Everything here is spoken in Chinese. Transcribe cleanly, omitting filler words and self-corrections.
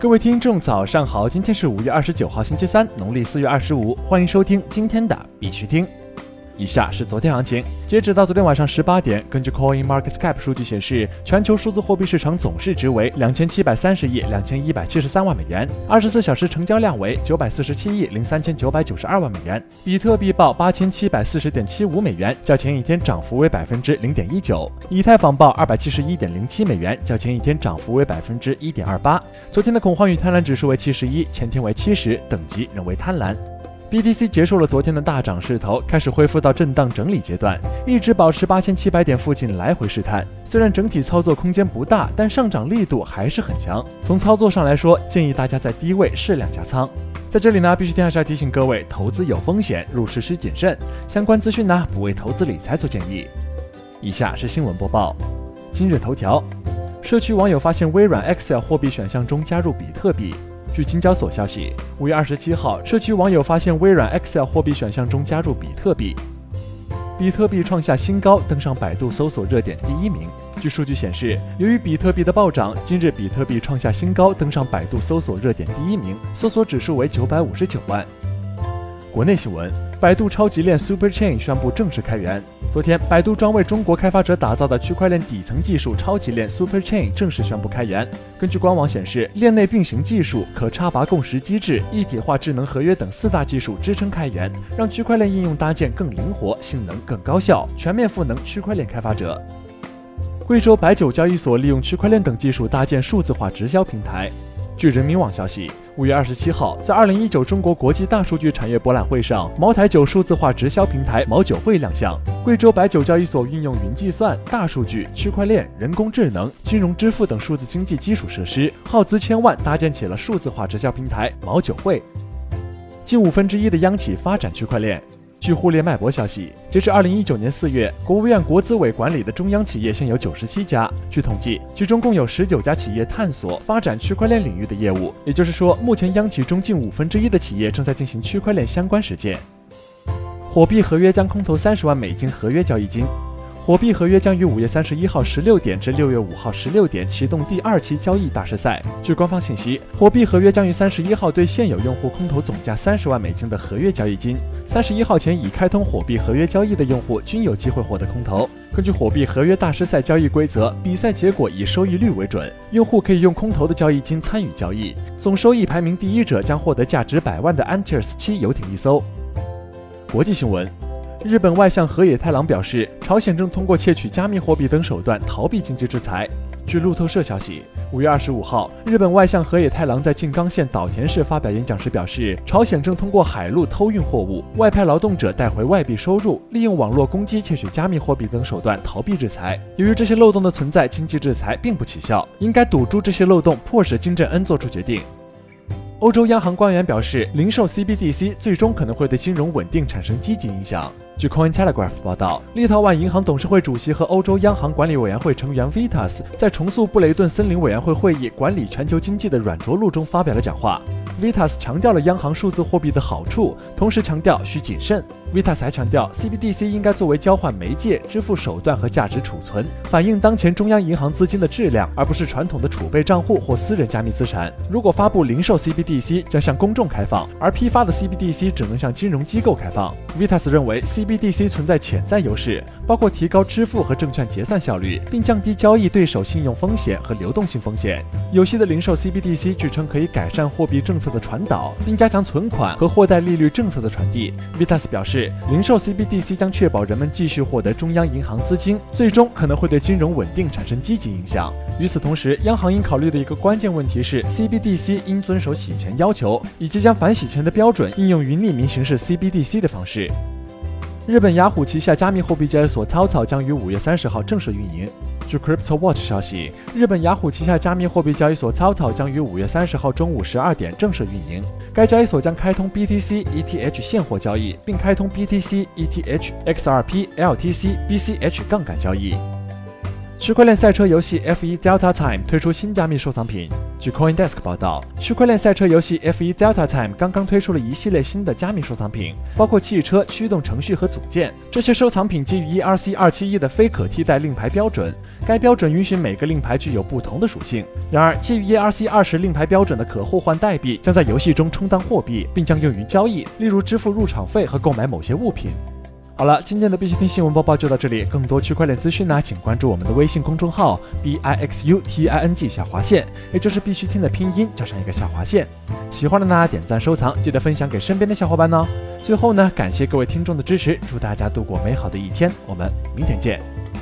各位听众早上好，今天是5月29号星期三，农历4月25，欢迎收听今天的必须听。以下是昨天行情，截止到昨天晚上18点，根据 CoinMarketCap 数据显示，全球数字货币市场总市值为2730亿2173万美元，24小时成交量为947亿03992万美元。比特币报8740.75美元，较前一天涨幅为 0.19%， 以太坊报271.07美元，较前一天涨幅为 1.28%。昨天的恐慌与贪婪指数为71，前天为70，等级仍为贪婪。BTC 结束了昨天的大涨势头，开始恢复到震荡整理阶段，一直保持8700点附近来回试探。虽然整体操作空间不大，但上涨力度还是很强。从操作上来说，建议大家在低位适量加仓。在这里呢，必须还是要提醒各位，投资有风险，入市需谨慎。相关资讯呢，不为投资理财做建议。以下是新闻播报。今日头条：社区网友发现微软 Excel 货币选项中加入比特币。据金交所消息，5月27号，社区网友发现微软 Excel 货币选项中加入比特币，比特币创下新高，登上百度搜索热点第1名。据数据显示，由于比特币的暴涨，今日比特币创下新高，登上百度搜索热点第1名，搜索指数为959万。国内新闻：百度超级链 Superchain 宣布正式开源。昨天，百度专为中国开发者打造的区块链底层技术超级链 Superchain 正式宣布开源。根据官网显示，链内并行技术、可插拔共识机制、一体化智能合约等4大技术支撑开源，让区块链应用搭建更灵活、性能更高效，全面赋能区块链开发者。贵州白酒交易所利用区块链等技术搭建数字化直销平台。据人民网消息，5月27号，在2019中国国际大数据产业博览会上，茅台酒数字化直销平台茅酒会亮相。贵州白酒交易所运用云计算、大数据、区块链、人工智能、金融支付等数字经济基础设施，耗资千万搭建起了数字化直销平台茅酒会。近1/5的央企发展区块链。据互联脉搏消息，截至2019年4月，国务院国资委管理的中央企业现有97家。据统计，其中共有19家企业探索发展区块链领域的业务，也就是说，目前央企中近1/5的企业正在进行区块链相关实践。火币合约将空投30万美金合约交易金。火币合约将于5月31号16点至6月5号16点启动第2期交易大师赛。据官方信息，火币合约将于31号对现有用户空投总价30万美金的合约交易金。31号前已开通火币合约交易的用户均有机会获得空投。根据火币合约大师赛交易规则，比赛结果以收益率为准，用户可以用空投的交易金参与交易，总收益排名第1者将获得价值100万的 Antares 7游艇1艘。国际新闻：日本外相河野太郎表示，朝鲜正通过窃取加密货币等手段逃避经济制裁。据路透社消息，5月25号，日本外相河野太郎在静冈县岛田市发表演讲时表示，朝鲜正通过海路偷运货物、外派劳动者带回外币收入，利用网络攻击窃取加密货币等手段逃避制裁。由于这些漏洞的存在，经济制裁并不起效，应该堵住这些漏洞，迫使金正恩做出决定。欧洲央行官员表示，零售 CBDC 最终可能会对金融稳定产生积极影响。据 Cointelegraph 报道，立陶宛银行董事会主席和欧洲央行管理委员会成员 Vitas 在重塑布雷顿森林委员会会议管理全球经济的软着陆中发表了讲话。Vitas 强调了央行数字货币的好处，同时强调需谨慎。Vitas 还强调 CBDC 应该作为交换媒介、支付手段和价值储存，反映当前中央银行资金的质量，而不是传统的储备账户或私人加密资产。如果发布零售 CBDC 将向公众开放，而批发的 CBDC 只能向金融机构开放。Vitas 认为 CBDC 存在潜在优势，包括提高支付和证券结算效率，并降低交易对手信用风险和流动性风险。有息的零售 CBDC 据称可以改善货币政策的传导，并加强存款和货贷利率政策的传递。Vitas 表示，零售 CBDC 将确保人们继续获得中央银行资金，最终可能会对金融稳定产生积极影响。与此同时，央行应考虑的一个关键问题是 CBDC 应遵守洗钱要求，以及将反洗钱的标准应用于匿名形式 CBDC 的方式。日本雅虎旗下加密货币交易所 TaoTao 将于5月30号正式运营。据 CryptoWatch 消息，日本雅虎旗下加密货币交易所 TaoTao 将于5月30号中午12点正式运营。该交易所将开通 BTC、ETH 现货交易，并开通 BTC、ETH、XRP、LTC、BCH 杠杆交易。 区块链赛车游戏 F1 Delta Time 推出新加密收藏品。据 CoinDesk 报道，区块链赛车游戏 F1 Delta Time 刚刚推出了一系列新的加密收藏品，包括汽车、驱动程序和组件。这些收藏品基于 ERC-271的非可替代令牌标准，该标准允许每个令牌具有不同的属性。然而，基于 ERC-20令牌标准的可互换代币将在游戏中充当货币，并将用于交易，例如支付入场费和购买某些物品。好了，今天的必须听新闻播报就到这里。更多区块链资讯呢，请关注我们的微信公众号 BIXUTING_，也就是必须听的拼音加上一个下划线。喜欢的呢，点赞收藏，记得分享给身边的小伙伴哦。最后呢，感谢各位听众的支持，祝大家度过美好的一天，我们明天见。